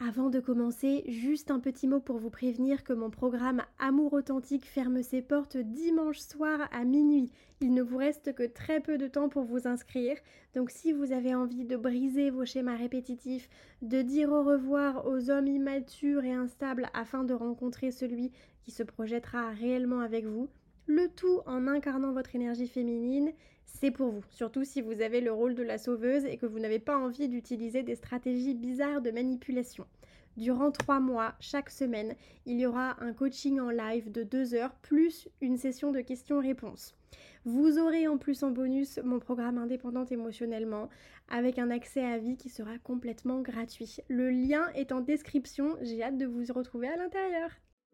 Avant de commencer, juste un petit mot pour vous prévenir que mon programme Amour authentique ferme ses portes dimanche soir à minuit. Il ne vous reste que très peu de temps pour vous inscrire, donc si vous avez envie de briser vos schémas répétitifs, de dire au revoir aux hommes immatures et instables afin de rencontrer celui qui se projettera réellement avec vous, le tout en incarnant votre énergie féminine, c'est pour vous, surtout si vous avez le rôle de la sauveuse et que vous n'avez pas envie d'utiliser des stratégies bizarres de manipulation. Durant 3 mois, chaque semaine, il y aura un coaching en live de 2 heures plus une session de questions-réponses. Vous aurez en plus en bonus mon programme Indépendante émotionnellement avec un accès à vie qui sera complètement gratuit. Le lien est en description, j'ai hâte de vous retrouver à l'intérieur.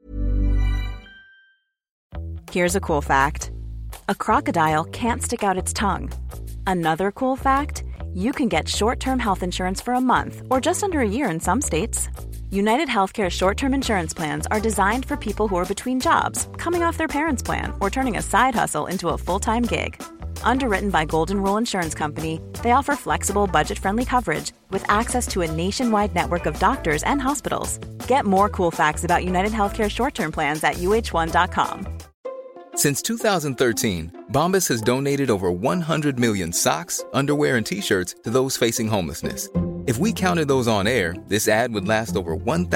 Here's a cool fact. A crocodile can't stick out its tongue. Another cool fact, you can get short-term health insurance for a month or just under a year in some states. United Healthcare short-term insurance plans are designed for people who are between jobs, coming off their parents' plan, or turning a side hustle into a full-time gig. Underwritten by Golden Rule Insurance Company, they offer flexible, budget-friendly coverage with access to a nationwide network of doctors and hospitals. Get more cool facts about United Healthcare short-term plans at uh1.com. Since 2013, Bombas has donated over 100 million socks, underwear, and T-shirts to those facing homelessness. If we counted those on air, this ad would last over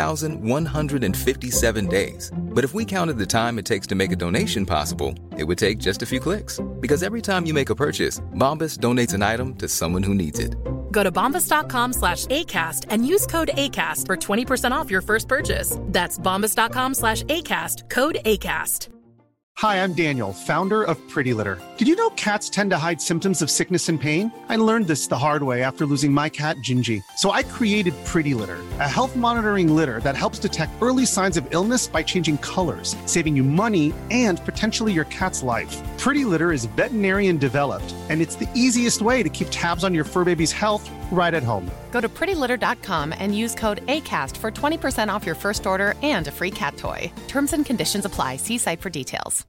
1,157 days. But if we counted the time it takes to make a donation possible, it would take just a few clicks. Because every time you make a purchase, Bombas donates an item to someone who needs it. Go to bombas.com/ACAST and use code ACAST for 20% off your first purchase. That's bombas.com/ACAST, code ACAST. Hi, I'm Daniel, founder of Pretty Litter. Did you know cats tend to hide symptoms of sickness and pain? I learned this the hard way after losing my cat, Gingy. So I created Pretty Litter, a health monitoring litter that helps detect early signs of illness by changing colors, saving you money and potentially your cat's life. Pretty Litter is veterinarian developed, and it's the easiest way to keep tabs on your fur baby's health right at home. Go to prettylitter.com and use code ACAST for 20% off your first order and a free cat toy. Terms and conditions apply. See site for details.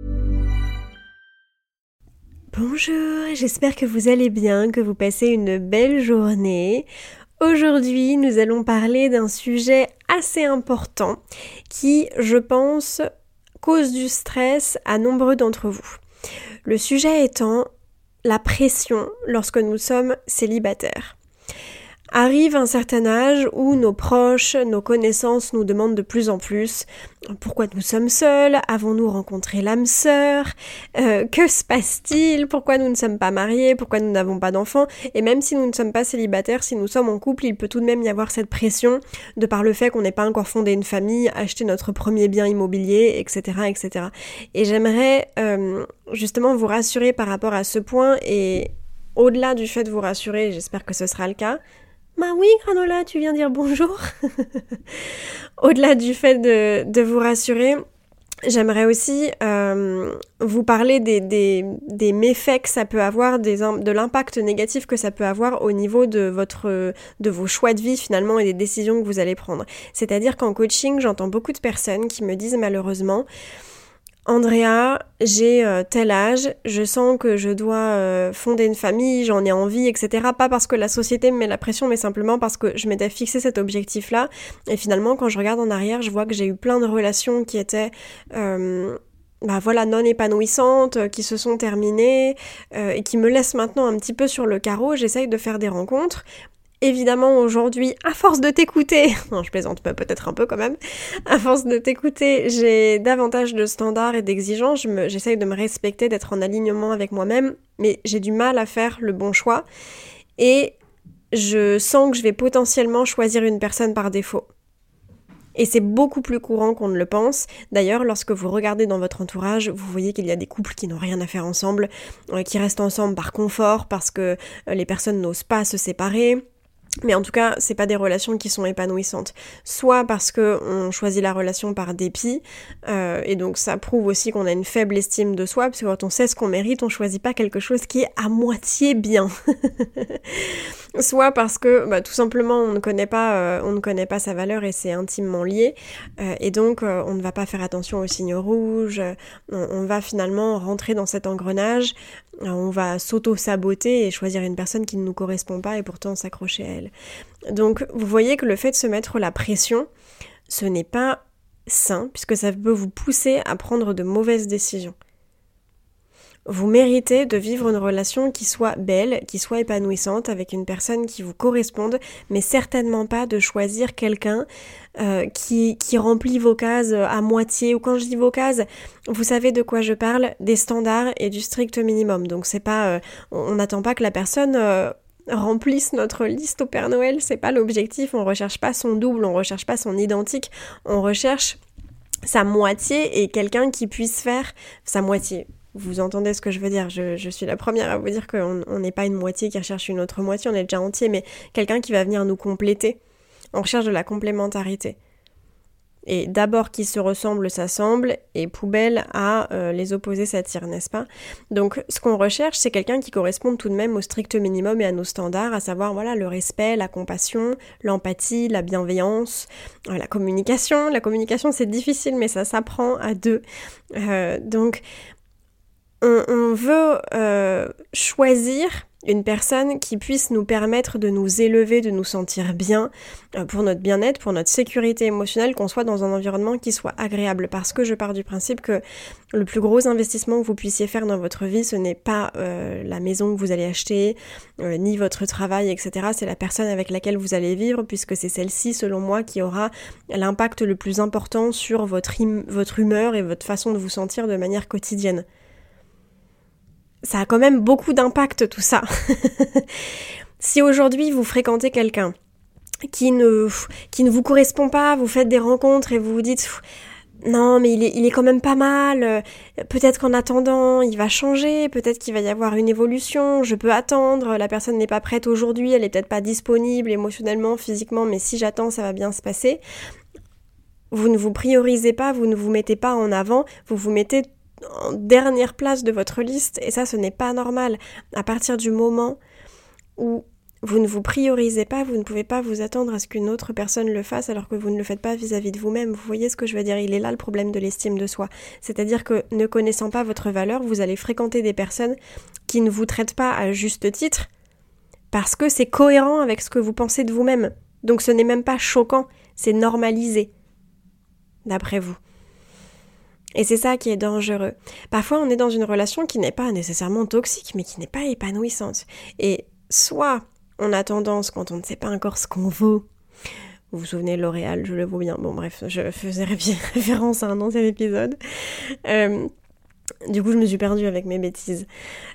Bonjour, j'espère que vous allez bien, que vous passez une belle journée. Aujourd'hui, nous allons parler d'un sujet assez important qui, je pense, cause du stress à nombreux d'entre vous. Le sujet étant la pression lorsque nous sommes célibataires. Arrive un certain âge où nos proches, nos connaissances nous demandent de plus en plus pourquoi nous sommes seuls, avons-nous rencontré l'âme sœur, que se passe-t-il, pourquoi nous ne sommes pas mariés, pourquoi nous n'avons pas d'enfants, et même si nous ne sommes pas célibataires, si nous sommes en couple, il peut tout de même y avoir cette pression de par le fait qu'on n'ait pas encore fondé une famille, acheté notre premier bien immobilier, etc. etc. Et j'aimerais justement vous rassurer par rapport à ce point, et au-delà du fait de vous rassurer, j'espère que ce sera le cas. Bah oui, Granola, tu viens dire bonjour. Au-delà du fait de vous rassurer, j'aimerais aussi vous parler des méfaits que ça peut avoir, de l'impact négatif que ça peut avoir au niveau de vos choix de vie finalement et des décisions que vous allez prendre. C'est-à-dire qu'en coaching, j'entends beaucoup de personnes qui me disent malheureusement: Andrea, j'ai tel âge, je sens que je dois fonder une famille, j'en ai envie, etc. Pas parce que la société me met la pression, mais simplement parce que je m'étais fixé cet objectif-là. Et finalement, quand je regarde en arrière, je vois que j'ai eu plein de relations qui étaient non épanouissantes, qui se sont terminées et qui me laissent maintenant un petit peu sur le carreau. J'essaye de faire des rencontres. Évidemment, aujourd'hui, à force de t'écouter, non, je plaisante peut-être un peu quand même, à force de t'écouter, j'ai davantage de standards et d'exigences, j'essaye de me respecter, d'être en alignement avec moi-même, mais j'ai du mal à faire le bon choix, et je sens que je vais potentiellement choisir une personne par défaut. Et c'est beaucoup plus courant qu'on ne le pense. D'ailleurs, lorsque vous regardez dans votre entourage, vous voyez qu'il y a des couples qui n'ont rien à faire ensemble, qui restent ensemble par confort, parce que les personnes n'osent pas se séparer. Mais en tout cas, c'est pas des relations qui sont épanouissantes. Soit parce que on choisit la relation par dépit, et donc ça prouve aussi qu'on a une faible estime de soi, parce que quand on sait ce qu'on mérite, on choisit pas quelque chose qui est à moitié bien. Soit parce que tout simplement on ne connaît pas sa valeur et c'est intimement lié, et donc on ne va pas faire attention aux signes rouges, on va finalement rentrer dans cet engrenage, on va s'auto-saboter et choisir une personne qui ne nous correspond pas et pourtant s'accrocher à elle. émotionnel. Donc vous voyez que le fait de se mettre la pression, ce n'est pas sain, puisque ça peut vous pousser à prendre de mauvaises décisions. Vous méritez de vivre une relation qui soit belle, qui soit épanouissante, avec une personne qui vous corresponde, mais certainement pas de choisir quelqu'un qui remplit vos cases à moitié. Ou quand je dis vos cases, vous savez de quoi je parle, des standards et du strict minimum. Donc c'est pas, on n'attend pas que la personne remplisse notre liste au Père Noël, c'est pas l'objectif. On recherche pas son double, on recherche pas son identique, on recherche sa moitié et quelqu'un qui puisse faire sa moitié. Vous entendez ce que je veux dire, je suis la première à vous dire qu'on n'est pas une moitié qui recherche une autre moitié, on est déjà entier, mais quelqu'un qui va venir nous compléter. On recherche de la complémentarité. Et d'abord qui se ressemble s'assemble, et poubelle à les opposés s'attirent, n'est-ce pas? Donc ce qu'on recherche, c'est quelqu'un qui corresponde tout de même au strict minimum et à nos standards, à savoir voilà le respect, la compassion, l'empathie, la bienveillance, la communication. La communication c'est difficile, mais ça s'apprend à deux. Donc on veut choisir une personne qui puisse nous permettre de nous élever, de nous sentir bien, pour notre bien-être, pour notre sécurité émotionnelle, qu'on soit dans un environnement qui soit agréable. Parce que je pars du principe que le plus gros investissement que vous puissiez faire dans votre vie, ce n'est pas la maison que vous allez acheter, ni votre travail, etc. C'est la personne avec laquelle vous allez vivre, puisque c'est celle-ci, selon moi, qui aura l'impact le plus important sur votre humeur et votre façon de vous sentir de manière quotidienne. Ça a quand même beaucoup d'impact tout ça. Si aujourd'hui vous fréquentez quelqu'un qui ne vous correspond pas, vous faites des rencontres et vous vous dites non mais il est quand même pas mal, peut-être qu'en attendant il va changer, peut-être qu'il va y avoir une évolution, je peux attendre, la personne n'est pas prête aujourd'hui, elle est peut-être pas disponible émotionnellement, physiquement, mais si j'attends ça va bien se passer. Vous ne vous priorisez pas, vous ne vous mettez pas en avant, vous vous mettez en dernière place de votre liste, et ça ce n'est pas normal. À partir du moment où vous ne vous priorisez pas, vous ne pouvez pas vous attendre à ce qu'une autre personne le fasse alors que vous ne le faites pas vis-à-vis de vous-même. Vous voyez ce que je veux dire? Il est là le problème de l'estime de soi. C'est-à-dire que ne connaissant pas votre valeur, vous allez fréquenter des personnes qui ne vous traitent pas à juste titre parce que c'est cohérent avec ce que vous pensez de vous-même. Donc ce n'est même pas choquant, c'est normalisé, d'après vous. Et c'est ça qui est dangereux. Parfois, on est dans une relation qui n'est pas nécessairement toxique, mais qui n'est pas épanouissante. Et soit on a tendance, quand on ne sait pas encore ce qu'on vaut, vous vous souvenez de L'Oréal, je le vaux bien, bon bref, je faisais référence à un ancien épisode. Du coup, je me suis perdue avec mes bêtises.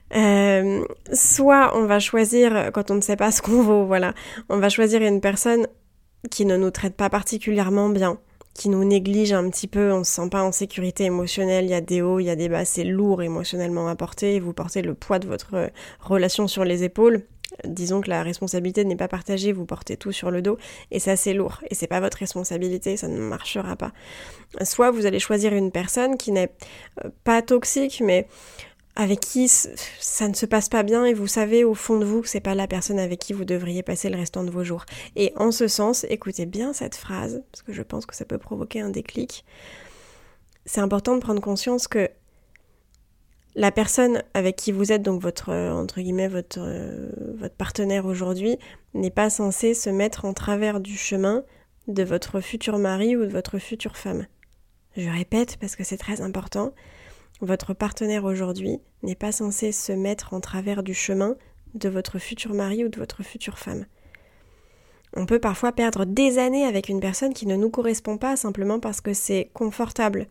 Soit on va choisir, quand on ne sait pas ce qu'on vaut, voilà, on va choisir une personne qui ne nous traite pas particulièrement bien, qui nous néglige un petit peu, on se sent pas en sécurité émotionnelle, il y a des hauts, il y a des bas, c'est lourd émotionnellement à porter, et vous portez le poids de votre relation sur les épaules. Disons que la responsabilité n'est pas partagée, vous portez tout sur le dos, et ça c'est lourd, et c'est pas votre responsabilité, ça ne marchera pas. Soit vous allez choisir une personne qui n'est pas toxique, mais avec qui ça ne se passe pas bien et vous savez au fond de vous que c'est pas la personne avec qui vous devriez passer le restant de vos jours. Et en ce sens, écoutez bien cette phrase, parce que je pense que ça peut provoquer un déclic. C'est important de prendre conscience que la personne avec qui vous êtes, donc votre, entre guillemets, votre partenaire aujourd'hui, n'est pas censée se mettre en travers du chemin de votre futur mari ou de votre future femme. Je répète parce que c'est très important. Votre partenaire aujourd'hui n'est pas censé se mettre en travers du chemin de votre futur mari ou de votre future femme. On peut parfois perdre des années avec une personne qui ne nous correspond pas simplement parce que c'est confortable.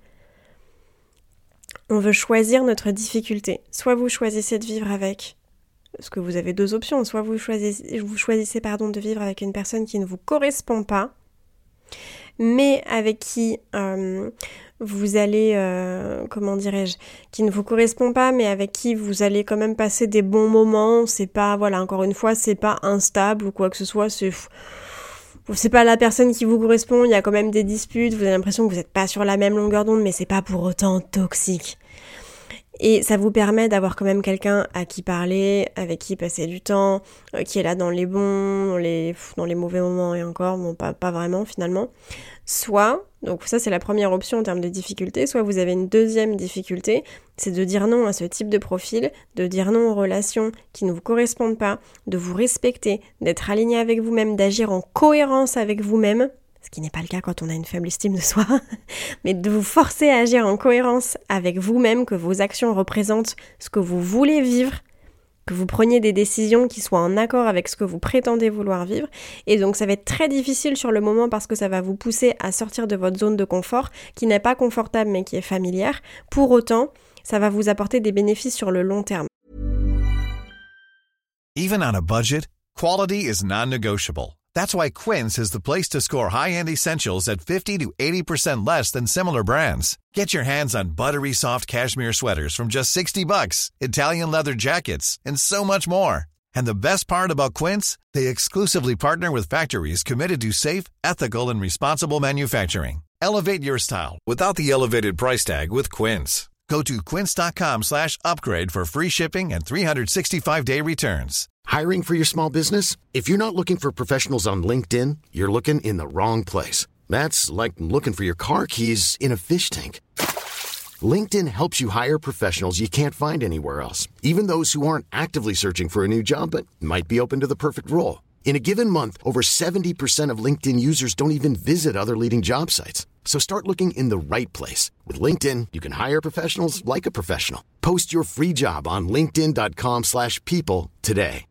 On veut choisir notre difficulté. Soit vous choisissez de vivre avec, parce que vous avez deux options, soit vous choisissez de vivre avec une personne qui ne vous correspond pas, mais avec qui vous allez, qui ne vous correspond pas, mais avec qui vous allez quand même passer des bons moments. C'est pas, voilà, encore une fois, c'est pas instable ou quoi que ce soit, c'est pas la personne qui vous correspond, il y a quand même des disputes, vous avez l'impression que vous n'êtes pas sur la même longueur d'onde, mais c'est pas pour autant toxique. Et ça vous permet d'avoir quand même quelqu'un à qui parler, avec qui passer du temps, qui est là dans les bons, dans les mauvais moments et encore, bon pas vraiment finalement. Soit, donc ça c'est la première option en termes de difficulté, soit vous avez une deuxième difficulté, c'est de dire non à ce type de profil, de dire non aux relations qui ne vous correspondent pas, de vous respecter, d'être aligné avec vous-même, d'agir en cohérence avec vous-même, ce qui n'est pas le cas quand on a une faible estime de soi, mais de vous forcer à agir en cohérence avec vous-même, que vos actions représentent ce que vous voulez vivre, que vous preniez des décisions qui soient en accord avec ce que vous prétendez vouloir vivre. Et donc ça va être très difficile sur le moment parce que ça va vous pousser à sortir de votre zone de confort, qui n'est pas confortable mais qui est familière. Pour autant, ça va vous apporter des bénéfices sur le long terme. Even on a budget, quality is non-negotiable. That's why Quince is the place to score high-end essentials at 50 to 80% less than similar brands. Get your hands on buttery soft cashmere sweaters from just $60, Italian leather jackets, and so much more. And the best part about Quince, they exclusively partner with factories committed to safe, ethical, and responsible manufacturing. Elevate your style without the elevated price tag with Quince. Go to quince.com/upgrade for free shipping and 365-day returns. Hiring for your small business? If you're not looking for professionals on LinkedIn, you're looking in the wrong place. That's like looking for your car keys in a fish tank. LinkedIn helps you hire professionals you can't find anywhere else, even those who aren't actively searching for a new job but might be open to the perfect role. In a given month, over 70% of LinkedIn users don't even visit other leading job sites. So start looking in the right place. With LinkedIn, you can hire professionals like a professional. Post your free job on linkedin.com/people today.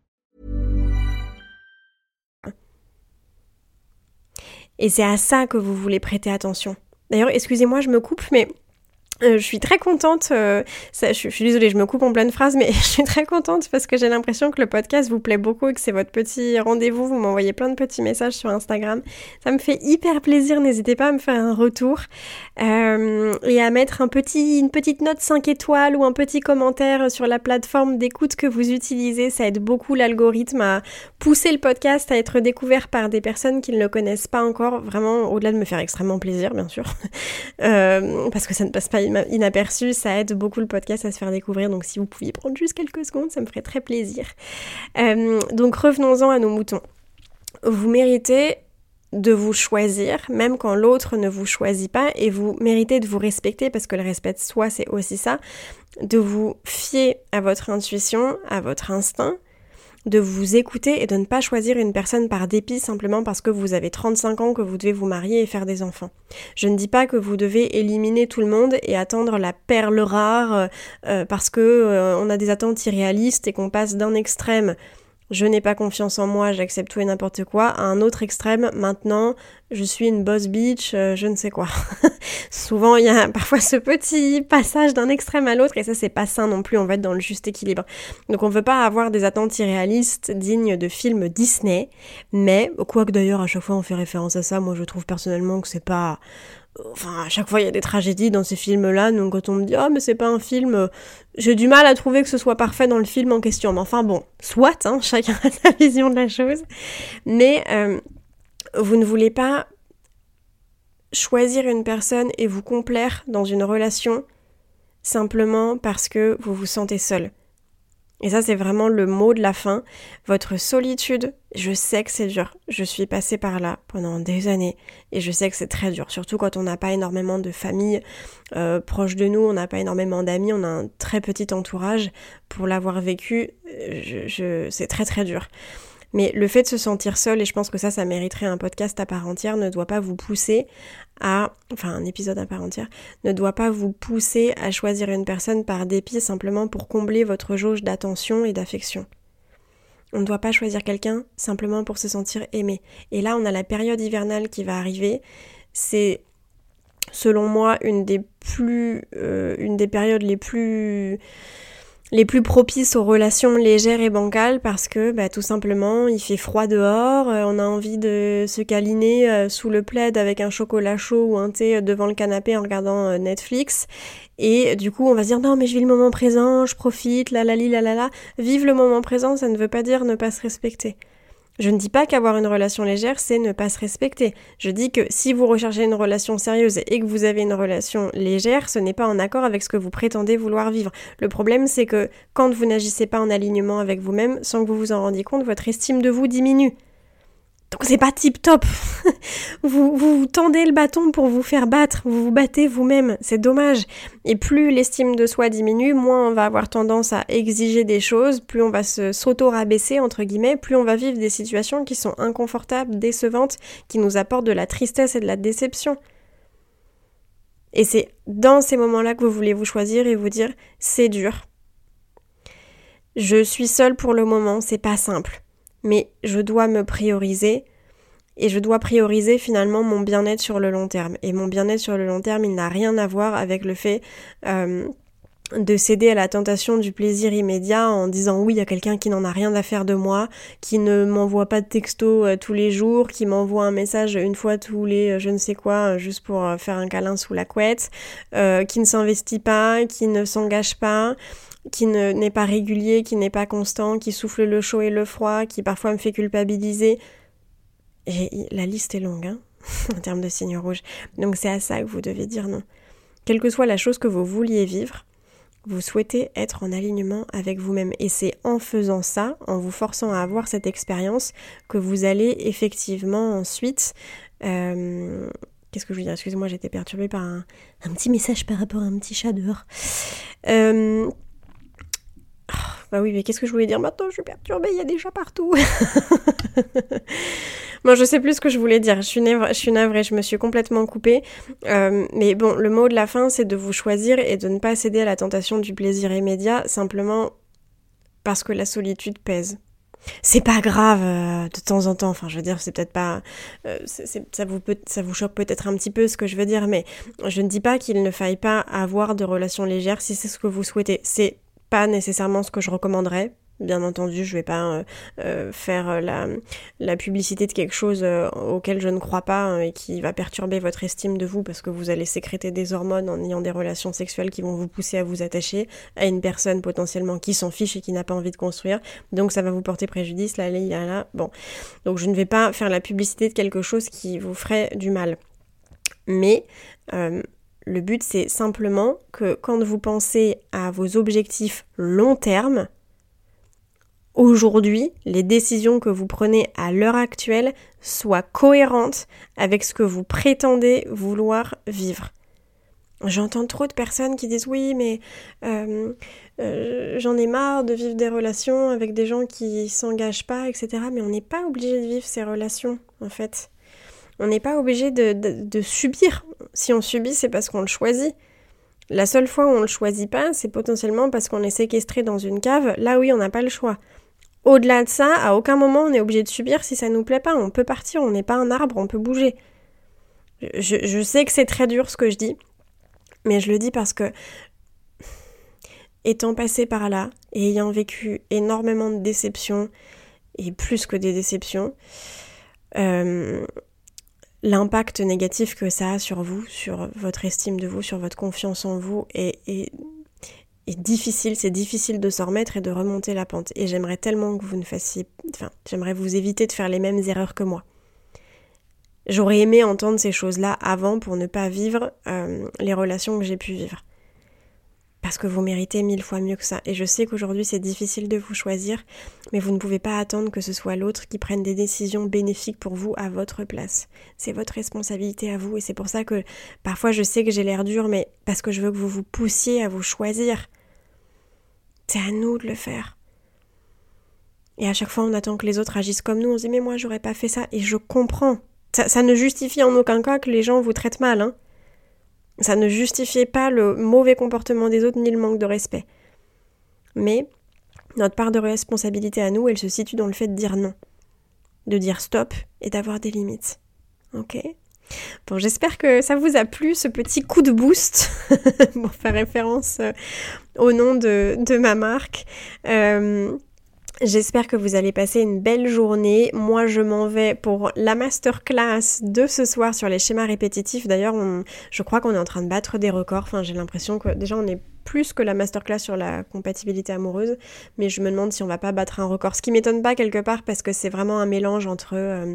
Et c'est à ça que vous voulez prêter attention. D'ailleurs, excusez-moi, je me coupe, mais je suis très contente, je suis désolée, je me coupe en pleine phrase, mais je suis très contente parce que j'ai l'impression que le podcast vous plaît beaucoup et que c'est votre petit rendez-vous, vous m'envoyez plein de petits messages sur Instagram. Ça me fait hyper plaisir, n'hésitez pas à me faire un retour et à mettre une petite note 5 étoiles ou un petit commentaire sur la plateforme d'écoute que vous utilisez. Ça aide beaucoup l'algorithme à pousser le podcast à être découvert par des personnes qui ne le connaissent pas encore, vraiment au-delà de me faire extrêmement plaisir, bien sûr, parce que ça ne passe pas inaperçu, ça aide beaucoup le podcast à se faire découvrir, donc si vous pouviez prendre juste quelques secondes, ça me ferait très plaisir. Donc revenons-en à nos moutons. Vous méritez de vous choisir, même quand l'autre ne vous choisit pas, et vous méritez de vous respecter, parce que le respect de soi, c'est aussi ça, de vous fier à votre intuition, à votre instinct, de vous écouter et de ne pas choisir une personne par dépit simplement parce que vous avez 35 ans, que vous devez vous marier et faire des enfants. Je ne dis pas que vous devez éliminer tout le monde et attendre la perle rare parce que on a des attentes irréalistes et qu'on passe d'un extrême je n'ai pas confiance en moi, j'accepte tout et n'importe quoi, à un autre extrême, maintenant, je suis une boss bitch, je ne sais quoi. Souvent, il y a parfois ce petit passage d'un extrême à l'autre, et ça, c'est pas sain non plus, on va être dans le juste équilibre. Donc, on veut pas avoir des attentes irréalistes dignes de films Disney, mais, quoique d'ailleurs, à chaque fois, on fait référence à ça, moi, je trouve personnellement que c'est pas... Enfin, à chaque fois, il y a des tragédies dans ces films-là, donc quand on me dit « Ah, mais c'est pas un film », j'ai du mal à trouver que ce soit parfait dans le film en question. Mais enfin bon, soit, hein, chacun a sa vision de la chose. Mais vous ne voulez pas choisir une personne et vous complaire dans une relation simplement parce que vous vous sentez seul. Et ça, c'est vraiment le mot de la fin. Votre solitude, je sais que c'est dur. Je suis passée par là pendant des années et je sais que c'est très dur. Surtout quand on n'a pas énormément de famille proche de nous, on n'a pas énormément d'amis, on a un très petit entourage. Pour l'avoir vécu, c'est très très dur. Mais le fait de se sentir seul, et je pense que ça mériterait un podcast à part entière, ne doit pas vous pousser un épisode à part entière, ne doit pas vous pousser à choisir une personne par dépit simplement pour combler votre jauge d'attention et d'affection. On ne doit pas choisir quelqu'un simplement pour se sentir aimé. Et là, on a la période hivernale qui va arriver. C'est, selon moi, une des périodes les plus propices aux relations légères et bancales parce que tout simplement il fait froid dehors, on a envie de se câliner sous le plaid avec un chocolat chaud ou un thé devant le canapé en regardant Netflix et du coup on va se dire non mais je vis le moment présent, je profite, la. Vivre le moment présent, ça ne veut pas dire ne pas se respecter. Je ne dis pas qu'avoir une relation légère, c'est ne pas se respecter. Je dis que si vous recherchez une relation sérieuse et que vous avez une relation légère, ce n'est pas en accord avec ce que vous prétendez vouloir vivre. Le problème, c'est que quand vous n'agissez pas en alignement avec vous-même, sans que vous vous en rendiez compte, votre estime de vous diminue. Donc c'est pas tip top. vous tendez le bâton pour vous faire battre, vous vous battez vous-même, c'est dommage. Et plus l'estime de soi diminue, moins on va avoir tendance à exiger des choses, plus on va s'auto-rabaisser entre guillemets, plus on va vivre des situations qui sont inconfortables, décevantes, qui nous apportent de la tristesse et de la déception. Et c'est dans ces moments-là que vous voulez vous choisir et vous dire c'est dur. Je suis seule pour le moment, c'est pas simple. Mais je dois me prioriser et je dois prioriser finalement mon bien-être sur le long terme. Et mon bien-être sur le long terme, il n'a rien à voir avec le fait de céder à la tentation du plaisir immédiat en disant oui, il y a quelqu'un qui n'en a rien à faire de moi, qui ne m'envoie pas de texto tous les jours, qui m'envoie un message une fois tous les je ne sais quoi, juste pour faire un câlin sous la couette, qui ne s'investit pas, qui ne s'engage pas, qui n'est pas régulier, qui n'est pas constant, qui souffle le chaud et le froid, qui parfois me fait culpabiliser. Et la liste est longue, hein, en termes de signes rouges. Donc c'est à ça que vous devez dire non. Quelle que soit la chose que vous vouliez vivre, vous souhaitez être en alignement avec vous-même. Et c'est en faisant ça, en vous forçant à avoir cette expérience, que vous allez effectivement ensuite... Qu'est-ce que je veux dire ? Excusez-moi, j'étais perturbée par un petit message par rapport à un petit chat dehors. Bah oui, mais qu'est-ce que je voulais dire maintenant ? Je suis perturbée, il y a des chats partout. Bon, je sais plus ce que je voulais dire. Je suis navrée, je me suis complètement coupée. Mais bon, le mot de la fin, c'est de vous choisir et de ne pas céder à la tentation du plaisir immédiat, simplement parce que la solitude pèse. C'est pas grave de temps en temps, enfin je veux dire, c'est peut-être pas... ça vous choque peut-être un petit peu ce que je veux dire, mais je ne dis pas qu'il ne faille pas avoir de relations légères si c'est ce que vous souhaitez. C'est pas nécessairement ce que je recommanderais. Bien entendu, je vais pas faire la publicité de quelque chose auquel je ne crois pas et qui va perturber votre estime de vous parce que vous allez sécréter des hormones en ayant des relations sexuelles qui vont vous pousser à vous attacher à une personne potentiellement qui s'en fiche et qui n'a pas envie de construire. Donc ça va vous porter préjudice, là. Bon. Donc je ne vais pas faire la publicité de quelque chose qui vous ferait du mal. Mais... le but, c'est simplement que quand vous pensez à vos objectifs long terme, aujourd'hui, les décisions que vous prenez à l'heure actuelle soient cohérentes avec ce que vous prétendez vouloir vivre. J'entends trop de personnes qui disent « Oui, mais j'en ai marre de vivre des relations avec des gens qui s'engagent pas, etc. » Mais on n'est pas obligé de vivre ces relations, en fait. On n'est pas obligé de subir. Si on subit, c'est parce qu'on le choisit. La seule fois où on ne le choisit pas, c'est potentiellement parce qu'on est séquestré dans une cave. Là, oui, on n'a pas le choix. Au-delà de ça, à aucun moment on est obligé de subir si ça nous plaît pas. On peut partir, on n'est pas un arbre, on peut bouger. Je sais que c'est très dur ce que je dis, mais je le dis parce que, étant passé par là, et ayant vécu énormément de déceptions, et plus que des déceptions, l'impact négatif que ça a sur vous, sur votre estime de vous, sur votre confiance en vous est difficile, c'est difficile de s'en remettre et de remonter la pente. Et j'aimerais tellement que vous ne fassiez... j'aimerais vous éviter de faire les mêmes erreurs que moi. J'aurais aimé entendre ces choses-là avant pour ne pas vivre les relations que j'ai pu vivre. Parce que vous méritez 1000 fois mieux que ça. Et je sais qu'aujourd'hui c'est difficile de vous choisir, mais vous ne pouvez pas attendre que ce soit l'autre qui prenne des décisions bénéfiques pour vous à votre place. C'est votre responsabilité à vous et c'est pour ça que parfois je sais que j'ai l'air dure, mais parce que je veux que vous vous poussiez à vous choisir. C'est à nous de le faire. Et à chaque fois on attend que les autres agissent comme nous, on se dit mais moi j'aurais pas fait ça et je comprends. Ça ne justifie en aucun cas que les gens vous traitent mal, hein. Ça ne justifiait pas le mauvais comportement des autres ni le manque de respect. Mais notre part de responsabilité à nous, elle se situe dans le fait de dire non. De dire stop et d'avoir des limites. Ok ? Bon, j'espère que ça vous a plu, ce petit coup de boost, pour faire référence au nom de ma marque. J'espère que vous allez passer une belle journée. Moi, je m'en vais pour la masterclass de ce soir sur les schémas répétitifs. D'ailleurs, je crois qu'on est en train de battre des records. Enfin, j'ai l'impression que déjà, on est plus que la masterclass sur la compatibilité amoureuse, mais je me demande si on va pas battre un record. Ce qui m'étonne pas quelque part parce que c'est vraiment un mélange entre,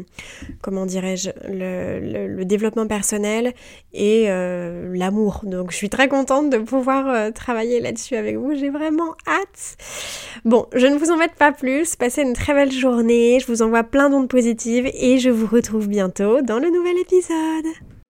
le développement personnel et l'amour. Donc je suis très contente de pouvoir travailler là-dessus avec vous, j'ai vraiment hâte. Bon, je ne vous embête pas plus, passez une très belle journée, je vous envoie plein d'ondes positives et je vous retrouve bientôt dans le nouvel épisode.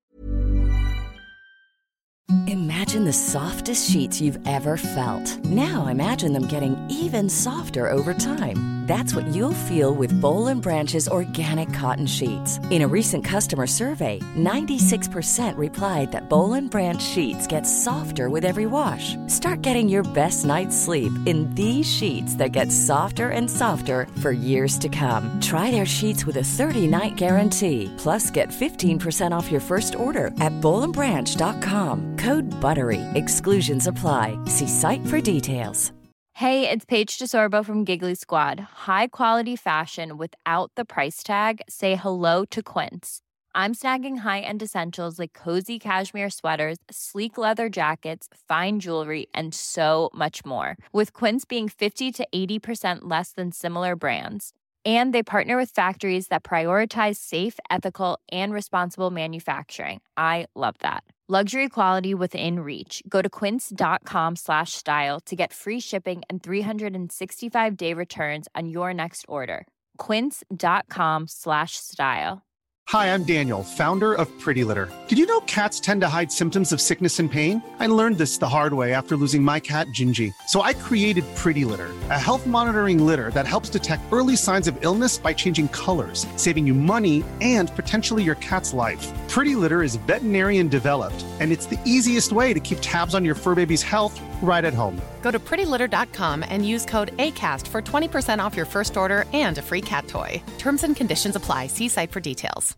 Imagine the softest sheets you've ever felt. Now imagine them getting even softer over time. That's what you'll feel with Boll & Branch's organic cotton sheets. In a recent customer survey, 96% replied that Boll & Branch sheets get softer with every wash. Start getting your best night's sleep in these sheets that get softer and softer for years to come. Try their sheets with a 30-night guarantee. Plus, get 15% off your first order at bollandbranch.com. Code BUTTERY. Exclusions apply. See site for details. Hey, it's Paige DeSorbo from Giggly Squad. High quality fashion without the price tag. Say hello to Quince. I'm snagging high-end essentials like cozy cashmere sweaters, sleek leather jackets, fine jewelry, and so much more. With Quince being 50 to 80% less than similar brands. And they partner with factories that prioritize safe, ethical, and responsible manufacturing. I love that. Luxury quality within reach. Go to quince.com/style to get free shipping and 365-day returns on your next order. Quince.com/style. Hi, I'm Daniel, founder of Pretty Litter. Did you know cats tend to hide symptoms of sickness and pain? I learned this the hard way after losing my cat, Gingy. So I created Pretty Litter, a health monitoring litter that helps detect early signs of illness by changing colors, saving you money and potentially your cat's life. Pretty Litter is veterinarian developed, and it's the easiest way to keep tabs on your fur baby's health right at home. Go to prettylitter.com and use code ACAST for 20% off your first order and a free cat toy. Terms and conditions apply. See site for details.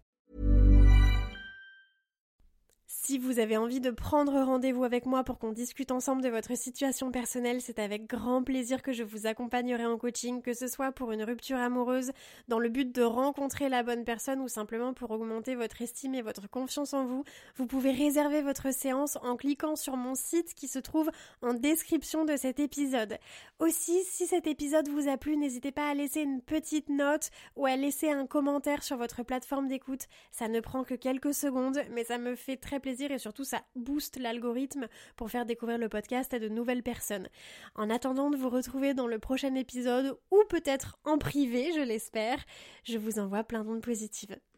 Si vous avez envie de prendre rendez-vous avec moi pour qu'on discute ensemble de votre situation personnelle, c'est avec grand plaisir que je vous accompagnerai en coaching, que ce soit pour une rupture amoureuse, dans le but de rencontrer la bonne personne ou simplement pour augmenter votre estime et votre confiance en vous. Vous pouvez réserver votre séance en cliquant sur mon site qui se trouve en description de cet épisode. Aussi, si cet épisode vous a plu, n'hésitez pas à laisser une petite note ou à laisser un commentaire sur votre plateforme d'écoute. Ça ne prend que quelques secondes, mais ça me fait très plaisir et surtout ça booste l'algorithme pour faire découvrir le podcast à de nouvelles personnes. En attendant de vous retrouver dans le prochain épisode ou peut-être en privé, je l'espère, je vous envoie plein d'ondes positives.